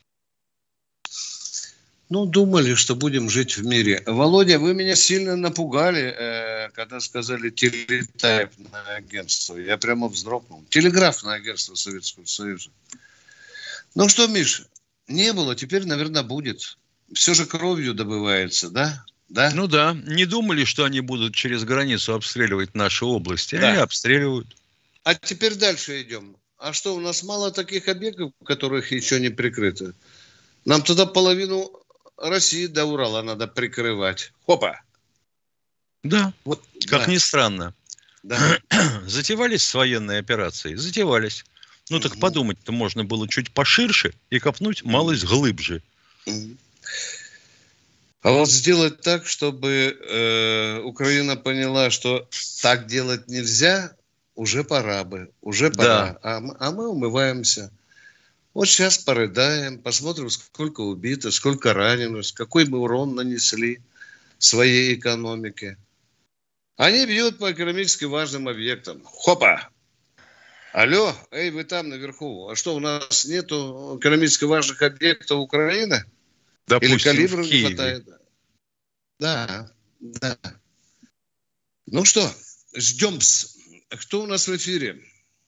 Ну, думали, что будем жить в мире. Володя, вы меня сильно напугали, э, когда сказали телетайпное агентство. Я прямо вздрогнул. Телеграфное агентство Советского Союза. Ну что, Миша, не было, теперь, наверное, будет. Все же кровью добывается, да? Да? Ну да, не думали, что они будут через границу обстреливать наши области. Да. Они обстреливают. А теперь дальше идем. А что, у нас мало таких объектов, которых еще не прикрыто? Нам тогда половину России до Урала надо прикрывать. Хопа! Да, вот, как да. ни странно. Да. Затевались военные операции? Затевались. Ну угу. так подумать-то можно было чуть поширше и копнуть малость глубже. Угу. А вот сделать так, чтобы э, Украина поняла, что так делать нельзя, уже пора бы, уже пора. Да. А, а мы умываемся. Вот сейчас порыдаем, посмотрим, сколько убито, сколько ранено, какой мы урон нанесли своей экономике. Они бьют по экономически важным объектам. Хопа! Алло, эй, вы там наверху. А что, у нас нету экономически важных объектов Украины? Допустим, или калибров не хватает? Да, да. Ну что, ждем-с. Кто у нас в эфире?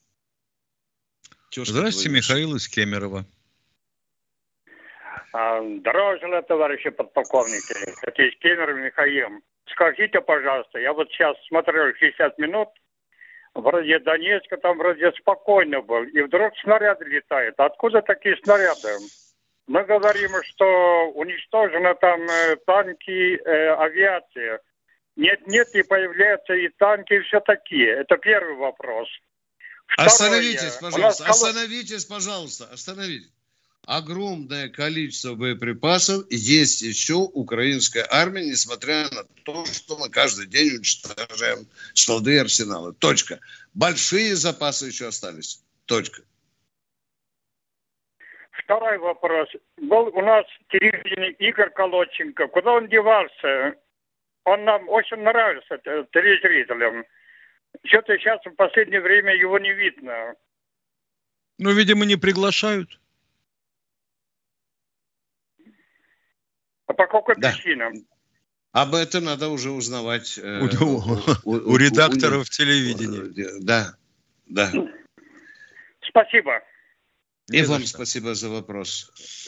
Тёшка Здравствуйте, твой. Михаил из Кемерово. Здравия желаю, товарищи подполковники. Это из Кемерово, Михаил. Скажите, пожалуйста, я вот сейчас смотрел шестьдесят минут, вроде Донецка там вроде спокойно был, и вдруг снаряды летают. Откуда такие снаряды? Мы говорим, что уничтожены там э, танки, э, авиация. Нет, нет, и появляются и танки, и все такие. Это первый вопрос. Остановитесь, пожалуйста, остановитесь, пожалуйста, остановитесь. Огромное количество боеприпасов есть еще украинская армия, несмотря на то, что мы каждый день уничтожаем склады и арсеналы. Точка. Большие запасы еще остались. Точка. Второй вопрос. Был у нас телевидение Игорь Колодченко. Куда он девался? Он нам очень нравится, телезрителям. Что-то сейчас в последнее время его не видно. Ну, видимо, не приглашают. А по какой да. причине? Об этом надо уже узнавать. Э, у, у, у, у редакторов у, телевидения. Да, да. Спасибо. И Не вам спасибо за вопрос.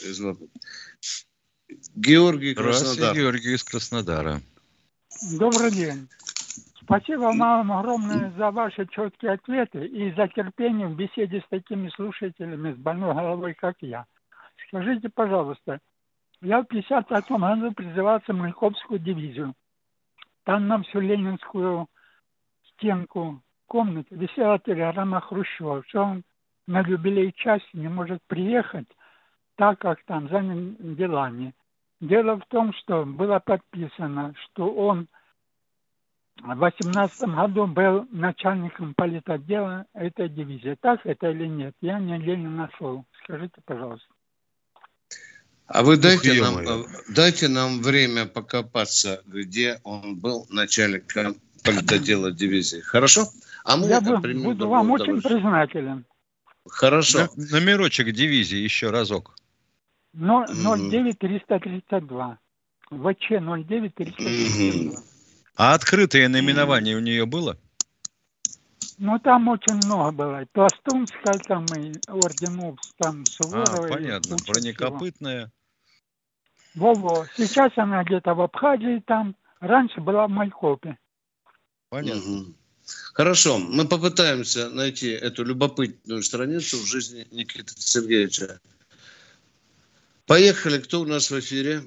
Георгий Краснодар. Георгий из Краснодара. Добрый день. Спасибо вам огромное за ваши четкие ответы и за терпение в беседе с такими слушателями с больной головой, как я. Скажите, пожалуйста, я в пятьдесят пятом году призывался в Маяковскую дивизию. Там на всю ленинскую стенку комнаты висела телеграмма Хрущева, что он на юбилей части не может приехать, так как там занят делами. Дело в том, что было подписано, что он в восемнадцатом году был начальником политотдела этой дивизии. Так это или нет? Я нигде не нашел. Скажите, пожалуйста. А вы дайте нам, дайте нам время покопаться, где он был начальником политотдела дивизии. Хорошо? А мы Я буду вам очень признателен. Хорошо. На, номерочек дивизии еще разок. ноль девять триста тридцать два. ВЧ ноль девять триста тридцать два. А открытое наименование у нее было? Ну, там очень много было. И Пластунская, там, и орденов, там, Суворова. А, понятно. Бронекопытная. Во-во. Сейчас она где-то в Абхазии там. Раньше была в Майкопе. Понятно. Угу. Хорошо. Мы попытаемся найти эту любопытную страницу в жизни Никиты Сергеевича. Поехали. Кто у нас в эфире?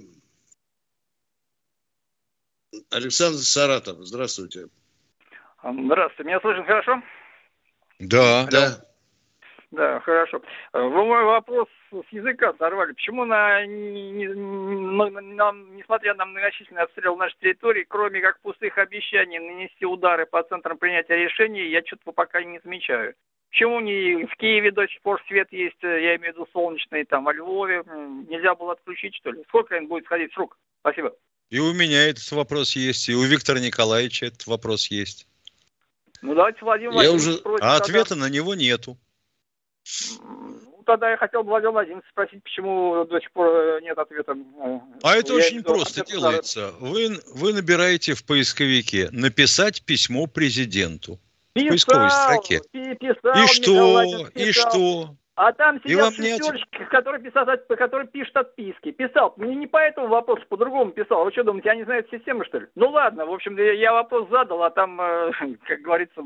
Александр Саратов. Здравствуйте. Здравствуйте. Меня слышно хорошо? Да. Да. Да, хорошо. Вы мой вопрос с языка сорвали. Почему, на, не, не, на, несмотря на многочисленный обстрел нашей территории, кроме как пустых обещаний нанести удары по центрам принятия решений, я что-то пока не замечаю. Почему не в Киеве до сих пор свет есть, я имею в виду солнечный, там, во Львове, нельзя было отключить, что ли? Сколько он будет сходить с рук? Спасибо. И у меня этот вопрос есть, и у Виктора Николаевича этот вопрос есть. Ну, давайте Владимир Владимирович уже... спросит. А тогда... ответа на него нету. Ну, тогда я хотел бы Владимир Владимирович спросить, почему до сих пор нет ответа. А это я очень просто делается. Вы, вы набираете в поисковике «написать письмо президенту». Писал, в поисковой строке. Писал, и что? И что? А там сидят нет... шестерочки, которые, писать, которые пишут отписки. Писал. Не, не по этому вопросу, по-другому писал. Вы что думаете, я не знаю эту систему, что ли? Ну ладно, в общем, я, я вопрос задал, а там, э, как говорится...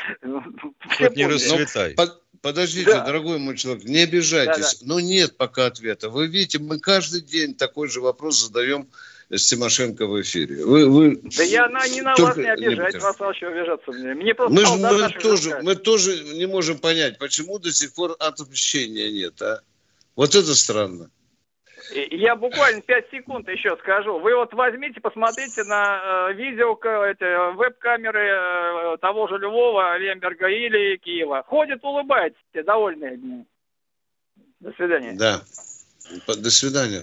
Все не расцветай. Ну, подождите, да. Дорогой мой человек, не обижайтесь. Да, да. Ну нет пока ответа. Вы видите, мы каждый день такой же вопрос задаем с Тимошенко в эфире. Вы, вы да я на, не на вас не обижаюсь, не вас вообще обижаться мне. Мне просто мы, мы, тоже, мы тоже не можем понять, почему до сих пор отмщения нет, а? Вот это странно. Я буквально пять секунд еще скажу. Вы вот возьмите, посмотрите на э, видео, эти, веб-камеры э, того же Львова, Лемберга или Киева. Ходят, улыбаются, довольные. До свидания. Да. До свидания.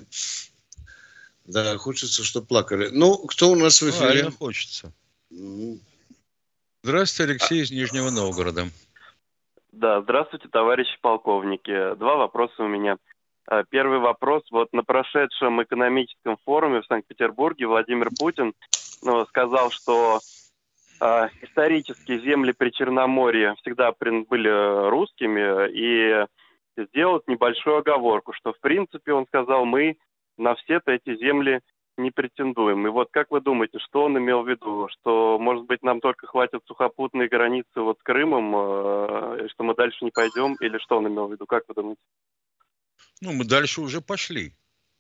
Да, хочется, чтобы плакали. Ну, кто у нас в эфире? Правильно хочется. Mm-hmm. Здравствуйте, Алексей из Нижнего Новгорода. Да, здравствуйте, товарищи полковники. Два вопроса у меня. Первый вопрос. Вот на прошедшем экономическом форуме в Санкт-Петербурге Владимир Путин ну, сказал, что э, исторически земли при Черноморье всегда были русскими, и сделал небольшую оговорку, что в принципе, он сказал, мы на все-то эти земли не претендуем. И вот как вы думаете, что он имел в виду? Что, может быть, нам только хватит сухопутной границы вот с Крымом, э, что мы дальше не пойдем? Или что он имел в виду? Как вы думаете? Ну, мы дальше уже пошли.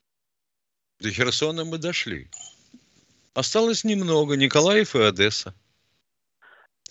До Херсона мы дошли. Осталось немного. Николаев и Одесса.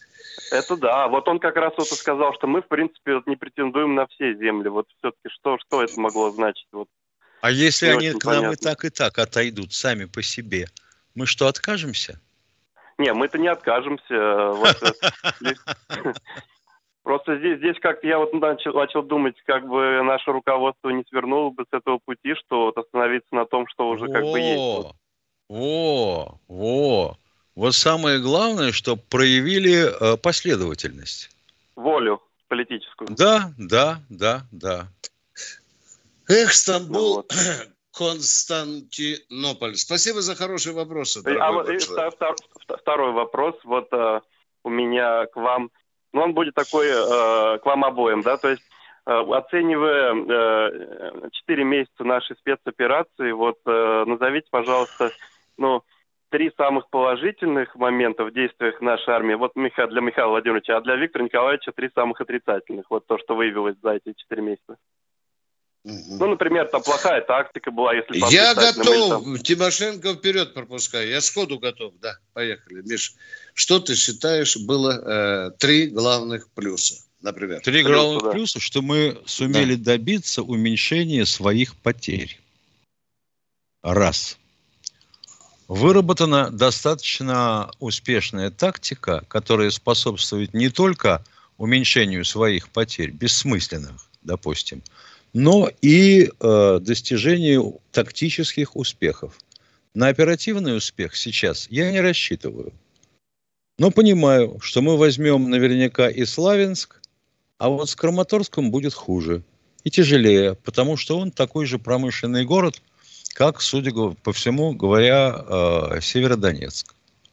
Это да. Вот он как раз вот и сказал, что мы, в принципе, вот не претендуем на все земли. Вот все-таки что, что это могло значить? Вот. А если Не они очень к нам и понятно. так, и так отойдут сами по себе, мы что, откажемся? Не, мы-то не откажемся. Вот, э, здесь- Просто здесь, здесь как-то я вот начал, начал думать, как бы наше руководство не свернуло бы с этого пути, что вот остановиться на том, что уже как бы есть. Вот. Во, во. Вот самое главное, чтобы проявили э, последовательность. Волю политическую. Да, да, да, да. Эх, Стамбул, Константинополь. Спасибо за хорошие вопросы, И- дорогой а вот и мой человек. втор- втор- второй вопрос вот э, у меня к вам. Ну, он будет такой э, к вам обоим, да, то есть э, оценивая э, четыре месяца нашей спецоперации, вот э, назовите, пожалуйста, ну, три самых положительных момента в действиях нашей армии. Вот Миха- для Михаила Владимировича, а для Виктора Николаевича три самых отрицательных. Вот то, что выявилось за эти четыре месяца. Ну, например, там плохая тактика была, если по Я отрицательным, или готов. там- Тимошенко вперед пропускаю. Я сходу готов. Да, поехали. Миш, что ты считаешь было э, три главных плюса, например? Три главных плюса, что мы сумели добиться уменьшения своих потерь. Раз. Выработана достаточно успешная тактика, которая способствует не только уменьшению своих потерь, бессмысленных, допустим, но и э, достижению тактических успехов. На оперативный успех сейчас я не рассчитываю. Но понимаю, что мы возьмем наверняка и Славянск, а вот с Краматорском будет хуже и тяжелее, потому что он такой же промышленный город, как, судя по всему, говоря, э, Северодонецк.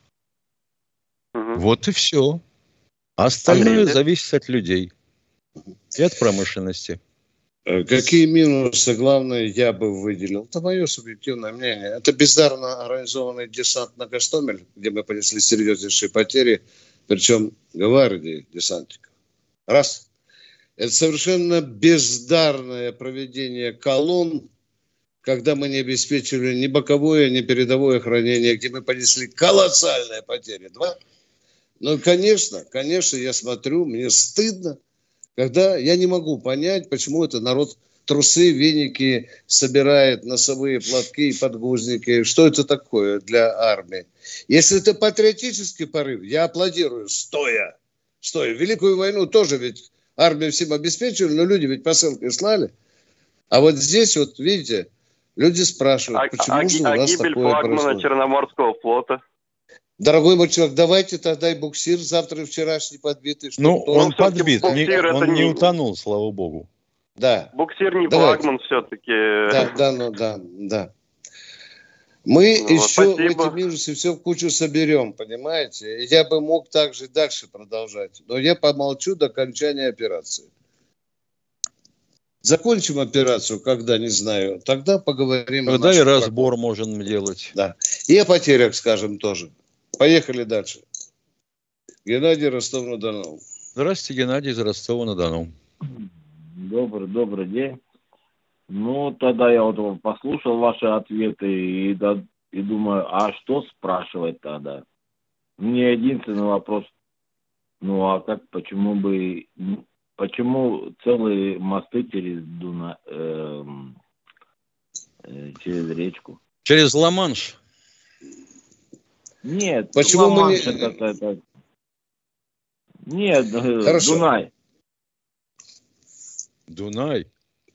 Вот и все. Остальное Андрей, да? зависит от людей и от промышленности. Э, Какие минусы, главное, я бы выделил? Это мое субъективное мнение. Это бездарно организованный десант на Гостомель, где мы понесли серьезнейшие потери, причем гвардии десантников. Раз. Это совершенно бездарное проведение колонн, когда мы не обеспечивали ни боковое, ни передовое хранение, где мы понесли колоссальные потери. Два. Ну, конечно, конечно, я смотрю, мне стыдно, когда я не могу понять, почему это народ трусы, веники собирает, носовые платки и подгузники. Что это такое для армии? Если это патриотический порыв, я аплодирую, стоя. Стоя. Великую войну тоже ведь армию всем обеспечивали, но люди ведь посылки слали. А вот здесь вот, видите, люди спрашивают, А, почему а, же у а нас гибель такое флагмана происходит. Черноморского флота. Дорогой мой человек, давайте тогда и буксир завтра и вчерашний подбитый. чтобы Ну, тоже- он подбит, не- буксир это он не не- утонул, слава богу. Да. Буксир не Давайте. флагман все-таки. Да, да, ну да, да. Мы Ну, еще спасибо. эти минусы все в кучу соберем, понимаете? Я бы мог также дальше продолжать, но я помолчу до окончания операции. Закончим операцию, когда, не знаю, тогда поговорим. о Когда и наших разбор можем делать. Да. И о потерях, скажем, тоже. Поехали дальше. Геннадий, Ростов-на-Дону. Здравствуйте, Геннадий из Ростова-на-Дону. Добрый, добрый день. Ну, тогда я вот послушал ваши ответы и, да- и думаю, а что спрашивать тогда? Мне единственный вопрос, ну, а как, почему бы, ну, почему целые мосты через Дуна, эм, э, через речку? Через Ла-Манш. Нет, Почему мы Ла-Манш не- это, это- Нет, э, Хорошо. Дунай. Дунай.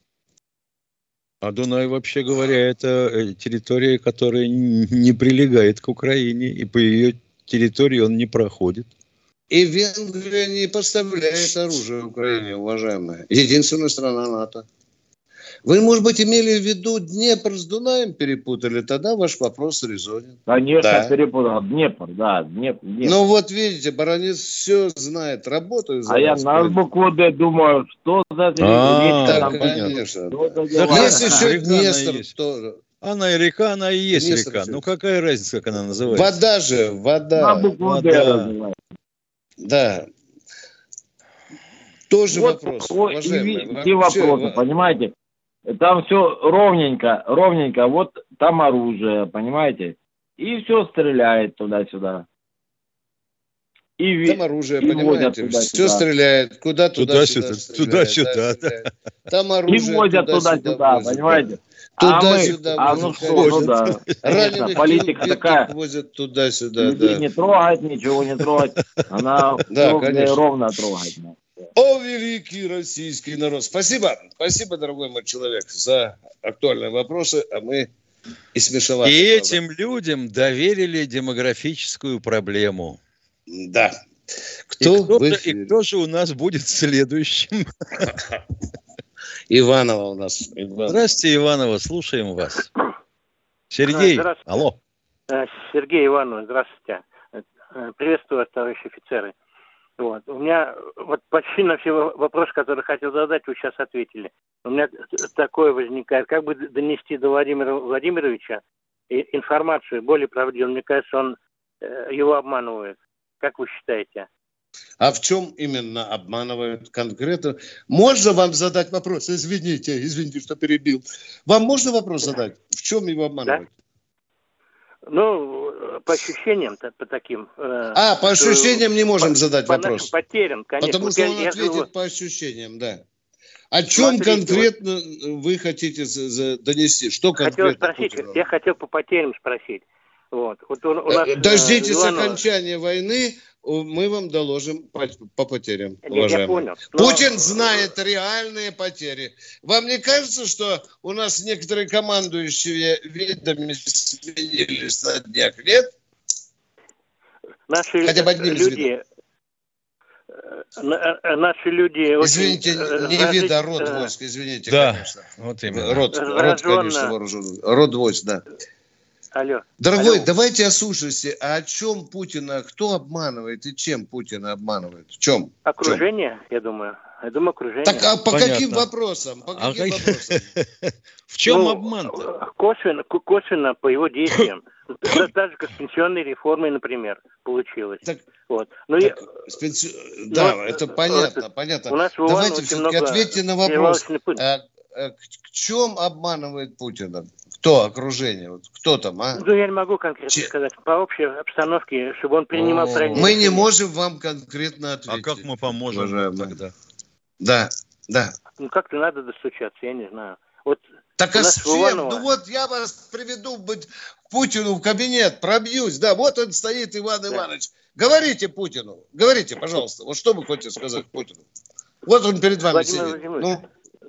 А Дунай, вообще говоря, это э, территория, которая н- не прилегает к Украине, и по ее территории он не проходит. И Венгрия не поставляет оружие Украине, уважаемые. Единственная страна НАТО. Вы, может быть, имели в виду Днепр с Дунаем перепутали, тогда ваш вопрос резонен. Конечно, Да. перепутал. Днепр, да, Днепр. Днепр. Ну вот видите, баронец все знает, работаю за А я вас. на букву Д думаю, что за А, речка да, там? конечно. Что за Так дела? Есть еще река она Днестр есть. тоже. Она и река, она и есть Днестр река. всё. Ну какая разница, как она называется? Вода же, На вода. букву Д вода. называют. Да. Тоже Вот, вопрос. вот и уважаемые. ви- все Вообще, вопросы, во- понимаете? Там все ровненько, ровненько. Вот там оружие, понимаете? И все стреляет туда-сюда. И там оружие, и понимаете, туда, все сюда. стреляет, куда туда-сюда, туда-сюда, да, да. Там оружие, И возят туда-сюда, понимаете? Туда-сюда а, возят. Мы, а ну что, ну да. Конечно, политика такая. Возят туда-сюда, людей да. не трогать, ничего не трогать. Она да, конечно. ровно трогать. О, великий российский народ. Спасибо. Спасибо, дорогой мой человек, за актуальные вопросы, а мы и смешиваем. И этим людям доверили демографическую проблему. Да. Кто, и, кто же, и кто же у нас будет следующим? Иванова у нас. Иванова. Здравствуйте, Иванова, слушаем вас. Сергей, здравствуйте. Алло. Сергей Иванов, здравствуйте. Приветствую вас, товарищи офицеры. Вот. У меня вот почти на все вопросы, которые хотел задать, вы сейчас ответили. У меня такое возникает. Как бы донести до Владимира Владимировича информацию более правдивую? Мне кажется, он его обманывает. Как вы считаете? А в чем именно обманывают конкретно? Можно вам задать вопрос? Извините, извините, что перебил. Вам можно вопрос задать? В чем его обманывают? Да? Ну, по ощущениям, по таким. Э, а, по ощущениям не можем по, задать по вопрос. По потерям, конечно. Потому вот что я, он я ответит живу... по ощущениям, да. О чем Смотрите, конкретно вот... вы хотите донести? Что конкретно? Хотел спросить, я хотел по потерям спросить. Вот. Вот у, у нас, Дождитесь э, Иванова... окончания войны, мы вам доложим по, по потерям, Нет, уважаемые. Я понял. Но... Путин знает реальные потери. Вам не кажется, что у нас некоторые командующие видами сменились на днях, нет? Наши Хотя бы одним люди... Наши люди... Извините, очень... не различ... вида, род войск, извините, да, конечно. Вот именно. Род, род, конечно, вооруженный. Род войск, да. Алло. Дорогой, Алло. давайте ослушайся. А о чем Путина, кто обманывает и чем Путина обманывает? В чем? Окружение, в чем? я думаю. Я думаю, окружение. Так а по Понятно. каким вопросам? По каким а вопросам? В чем ну, обман-то? Косвенно, косвенно по его действиям. Даже как с пенсионной реформой, например, получилось. Так, вот. Но так, я... спенси... Да, Но, это понятно, это, понятно. У нас Давайте все-таки ответьте на вопрос. А, а, к чем обманывает Путина? Кто окружение? Вот кто там, а? Ну, я не могу конкретно Че? сказать. По общей обстановке, чтобы он принимал правильные Мы не можем вам конкретно ответить. А как мы поможем уважаемые? тогда? Да, да. Ну, как-то надо достучаться, я не знаю. Вот так а с чем? Иванова... Ну вот я вас приведу быть Путину в кабинет, пробьюсь. Да, вот он стоит, Иван да. Иванович. Говорите Путину, говорите, пожалуйста. Вот что вы хотите сказать Путину? Вот он перед вами Владимир сидит. Ну?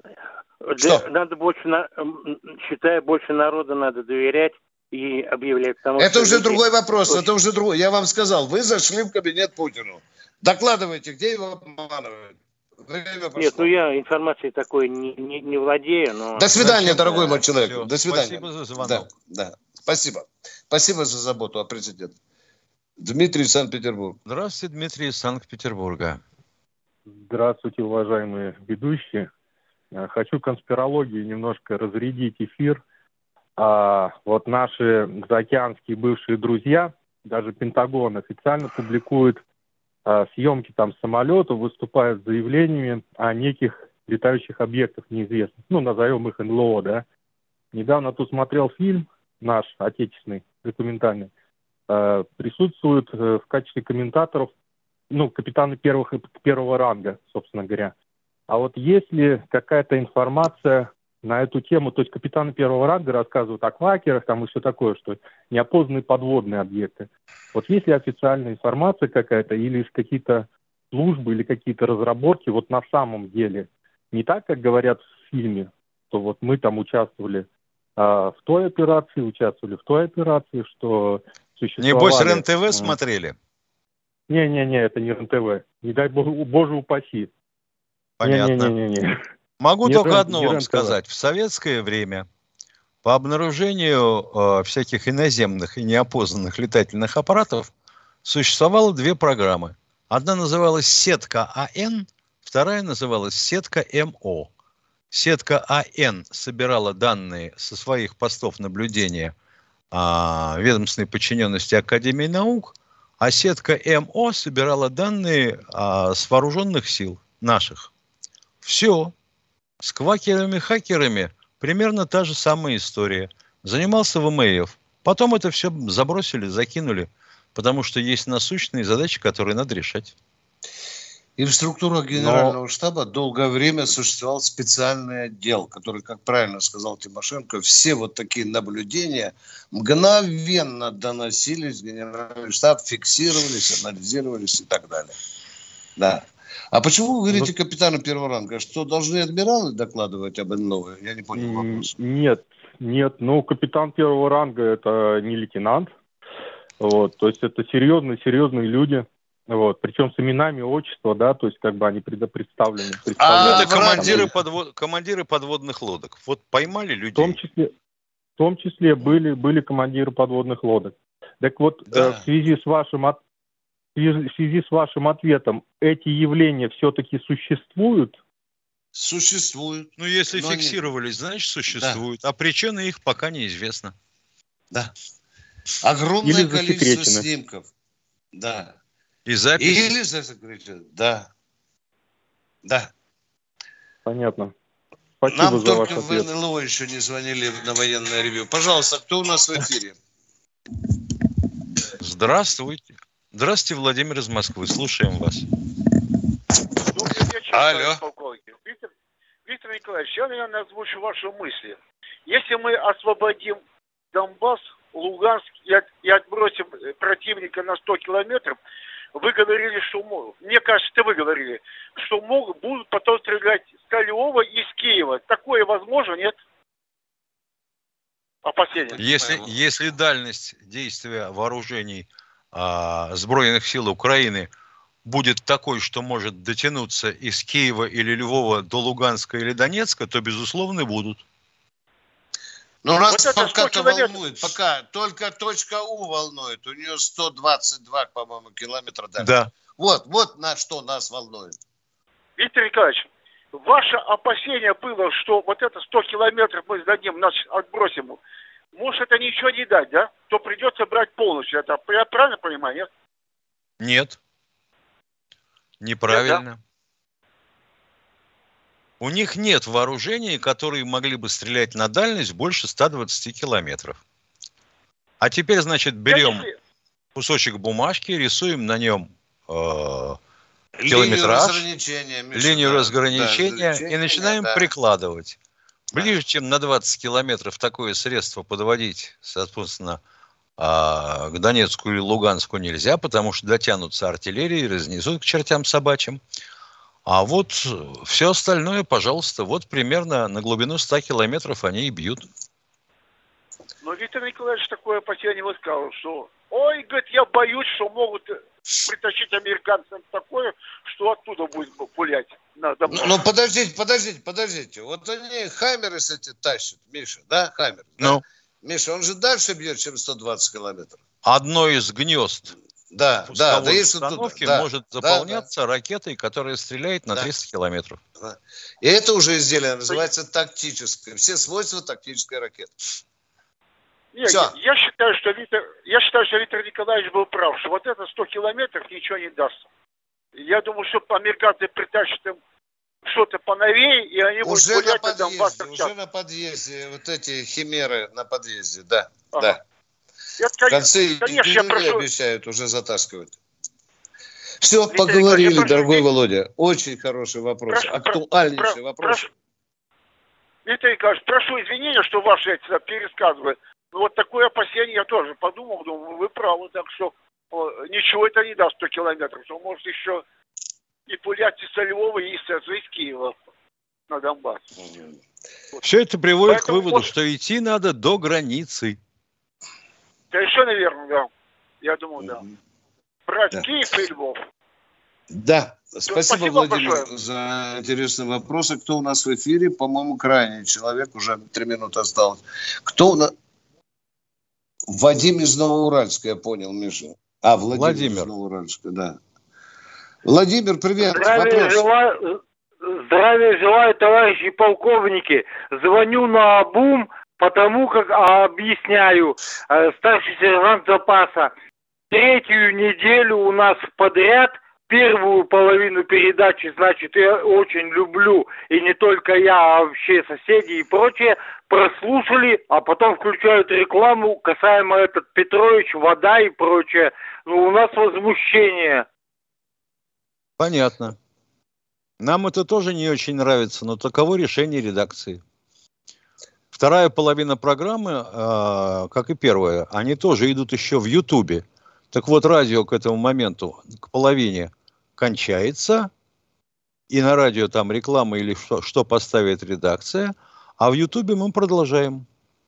Что? Надо больше, считаю, больше народа надо доверять и объявлять. Это уже люди... другой вопрос, это уже другой. Я вам сказал, вы зашли в кабинет Путину. Докладывайте, где его обманывают. Нет, ну я информацией такой не, не, не владею, но... До свидания, дорогой мой человек. Все. До свидания. Спасибо за звонок. Да, да. Спасибо. Спасибо за заботу о президенте. Дмитрий, Санкт-Петербург. Здравствуйте, Дмитрий из Санкт-Петербурга. Здравствуйте, уважаемые ведущие. Хочу конспирологию немножко разрядить эфир. А, вот наши заокеанские бывшие друзья, даже Пентагон официально публикует а, съемки там самолетов, выступают с заявлениями о неких летающих объектах неизвестных. Ну, назовем их эн эл о, да. Недавно тут смотрел фильм наш, отечественный, документальный. А, присутствуют а, в качестве комментаторов, ну, капитаны первых, первого ранга, собственно говоря. А вот есть ли какая-то информация на эту тему, то есть капитаны первого ранга рассказывают о квакерах там и все такое, что неопознанные подводные объекты. Вот есть ли официальная информация какая-то или какие-то службы или какие-то разработки вот на самом деле? Не так, как говорят в фильме, что вот мы там участвовали а, в той операции, участвовали в той операции, что существовали... Небось, РЕН-ТВ смотрели? Не-не-не, это не РЕН-ТВ. Не дай боже, боже упаси. Понятно. Не, не, не, не. Могу не только рен, одно вам сказать. В советское время по обнаружению э, всяких иноземных и неопознанных летательных аппаратов существовало две программы. Одна называлась «Сетка АН», вторая называлась «Сетка МО». Сетка АН собирала данные со своих постов наблюдения э, ведомственной подчиненности Академии наук, а сетка МО собирала данные э, с вооруженных сил наших. Все. С квакерами-хакерами примерно та же самая история. Занимался ВМФ. Потом это все забросили, закинули Потому что есть насущные задачи, которые надо решать. И в структурах Генерального Но... штаба долгое время существовал специальный отдел, который, как правильно сказал Тимошенко, все вот такие наблюдения мгновенно доносились в Генеральный штаб, фиксировались, анализировались и так далее. Да. А почему вы говорите ну... капитану первого ранга? Что, должны адмиралы докладывать об эн-нове? Я не понял вопрос. Нет, нет. Ну, капитан первого ранга – это не лейтенант. Вот, то есть это серьезные, серьезные люди. Вот, причем с именами, отчества, да, то есть как бы они предопредставлены. А, это командиры, подвод... командиры подводных лодок. Вот поймали людей. В том числе, в том числе были, были командиры подводных лодок. Так вот, да. э, в связи с вашим от... в связи с вашим ответом, эти явления все-таки существуют? Существуют. Ну, если Но фиксировались, они... значит, существуют. Да. А причины их пока неизвестны. Да. Огромное количество снимков. Да. И записи. Или засекречено. Да. Да. Понятно. Спасибо Нам за только ваш в ответ. эн эл о еще не звонили на военное ревью. Пожалуйста, кто у нас в эфире? Здравствуйте. Здравствуйте, Владимир из Москвы. Слушаем вас. Добрый вечер, Алло. полковник. Виктор, Виктор Николаевич, я, наверное, озвучу ваши мысли. Если мы освободим Донбасс, Луганск и, от, и отбросим противника на сто километров, вы говорили, что, мне кажется, вы говорили, что могут, будут потом стрелять с Львова и с Киева. Такое возможно, нет? Опасения. Если, если дальность действия вооружений а, Сбройных сил Украины будет такой, что может дотянуться из Киева или Львова до Луганска или Донецка, то, безусловно, будут. Но нас вот пока-то волнует, пока только точка У волнует. У нее сто двадцать два, по-моему, километра дальше. Да. Вот, вот на что нас волнует. Виктор Николаевич, ваше опасение было, что вот это сто километров мы сдадим, значит, отбросим. Может, это ничего не дать, да? То придется брать полностью. Это я правильно понимаю, нет? Нет. Неправильно. Нет, да? У них нет вооружений, которые могли бы стрелять на дальность больше ста двадцати километров. А теперь, значит, берем кусочек бумажки, рисуем на нем э, километраж, линию разграничения, линию да, разграничения да, и начинаем да. прикладывать. Ближе, чем на двадцать километров такое средство подводить, соответственно, э, к Донецку или Луганску нельзя, потому что дотянутся артиллерии и разнесут к чертям собачьим. А вот все остальное, пожалуйста, вот примерно на глубину ста километров они и бьют. Но Виктор Николаевич такое опасение высказал, что ой, говорит, я боюсь, что могут притащить американцам такое, что оттуда будет пулять. Надо. Ну, ну подождите, подождите, подождите. Вот они хаммеры эти тащат, Миша, да, хаммер? Ну. Да? Миша, он же дальше бьет, чем сто двадцать километров. Одно из гнезд. Да, да, да, если установки туда, да, может заполняться да, да. ракетой, которая стреляет на да. триста километров. Да. И это уже изделие называется тактическое. Все свойства тактической ракеты. Нет, я, я считаю, что Виктор, я считаю, что Виктор Николаевич был прав, что вот это сто километров ничего не даст. Я думаю, что американцы притащат им что-то поновее, и они уже будут гулять на подъезде, на уже на подъезде, вот эти химеры на подъезде, да, ага. да. Это, в конце конечно, я прошу... обещают, уже затаскивают. Все, Виктор поговорили, прошу... дорогой Володя. Очень хороший вопрос. Прошу, актуальнейший про... вопрос. Прошу... Виктор Николаевич, прошу извинения, что ваши эти пересказывают. Но вот такое опасение я тоже подумал, думаю, вы правы, так что о, ничего это не даст сто километров. Что может еще и пулять из Львова, и из, из Киева на Донбасс. Все это приводит Поэтому к выводу, вот... что идти надо до границы. Совершенно верно, да. Я думаю, да. Брать да. Киев и Львов. Да. Спасибо, Спасибо Владимир, большое. за интересные вопросы. Кто у нас в эфире? По-моему, крайний человек. Уже три минуты осталось. Кто у нас? Вадим из Новоуральска, я понял, Миша. А, Владимир, Владимир. из Новоуральска, да. Владимир, привет. Здравия желаю, здравия желаю, товарищи полковники. Звоню на обум. Потому как а, объясняю, э, старший сержант запаса, третью неделю у нас подряд, первую половину передачи, значит, я очень люблю, и не только я, а вообще соседи и прочее, прослушали, а потом включают рекламу, касаемо этот Петрович, вода и прочее. Ну, у нас возмущение. Понятно. Нам это тоже не очень нравится, но таково решение редакции. Вторая половина программы, э, как и первая, они тоже идут еще в Ютубе. Так вот, радио к этому моменту, к половине, кончается, и на радио там реклама или что, что поставит редакция, а в Ютубе мы продолжаем.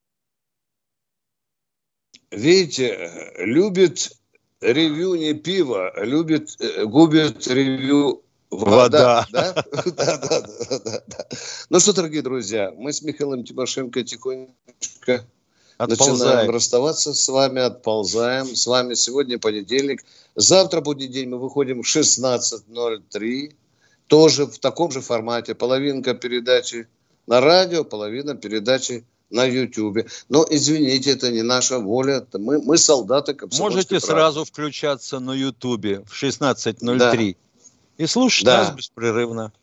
Видите, любит ревью не пиво, любит, губит ревью вода. Да? Да, да, да, да. Ну что, дорогие друзья, мы с Михаилом Тимошенко тихонечко начинаем расставаться с вами, отползаем. С вами сегодня понедельник. Завтра будний день, мы выходим в шестнадцать ноль три. Тоже в таком же формате. Половинка передачи на радио, половина передачи на Ютьюбе. Но, извините, это не наша воля. Мы, мы солдаты комсомольской Можете правды. сразу включаться на Ютубе в шестнадцать ноль три. Да. И слушать да. нас беспрерывно.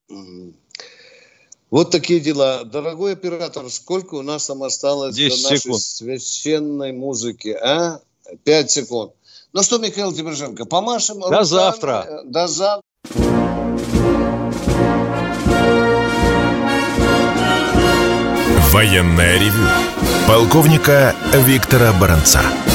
Вот такие дела. Дорогой оператор, сколько у нас там осталось до нашей секунд. священной музыки? А? Пять секунд. Ну что, Михаил Тимошенко, помашем До руками. завтра. До завтра. Военное ревю полковника Виктора Баранца.